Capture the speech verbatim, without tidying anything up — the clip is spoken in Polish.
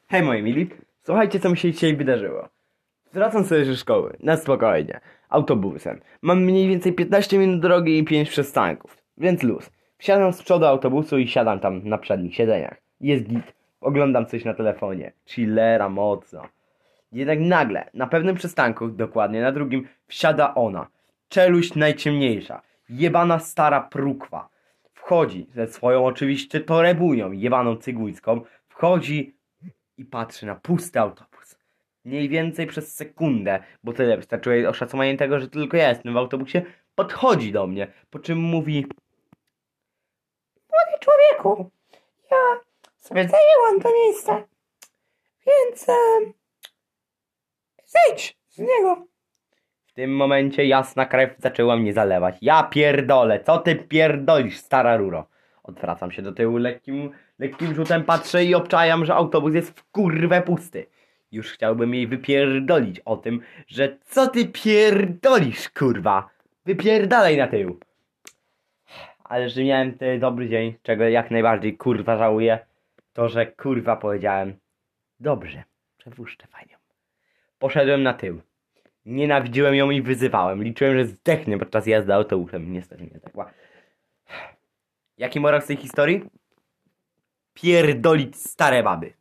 Hej moi mili, słuchajcie co mi się dzisiaj wydarzyło. Wracam sobie ze szkoły, na spokojnie, autobusem. Mam mniej więcej piętnaście minut drogi i pięć przystanków, więc luz. Wsiadam z przodu autobusu i siadam tam na przednich siedzeniach. Jest git, oglądam coś na telefonie, chillera mocno. Jednak nagle, na pewnym przystanku, dokładnie na drugim, wsiada ona. Czeluść najciemniejsza, jebana stara prukwa. Wchodzi ze swoją oczywiście torebunią, jebaną cygujską, wchodzi i patrzy na pusty autobus. Mniej więcej przez sekundę, bo tyle wystarczyło jej oszacowanie tego, że tylko ja jestem w autobusie, podchodzi do mnie, po czym mówi: młody człowieku, ja sobie zajęłam to miejsce, więc e, zejdź z niego. W tym momencie jasna krew zaczęła mnie zalewać. Ja pierdolę, co ty pierdolisz, stara ruro? Odwracam się do tyłu lekkim, lekkim rzutem, patrzę i obczajam, że autobus jest w kurwę pusty. Już chciałbym jej wypierdolić o tym, że co ty pierdolisz, kurwa? Wypierdalaj na tył. Ale że miałem ten dobry dzień, czego jak najbardziej kurwa żałuję, to że kurwa powiedziałem: dobrze, przepuszczę panią. Poszedłem na tył. Nienawidziłem ją i wyzywałem. Liczyłem, że zdechnę podczas jazdy autobusem. Niestety nie zdechła. Jaki morał z tej historii? Pierdolić stare baby.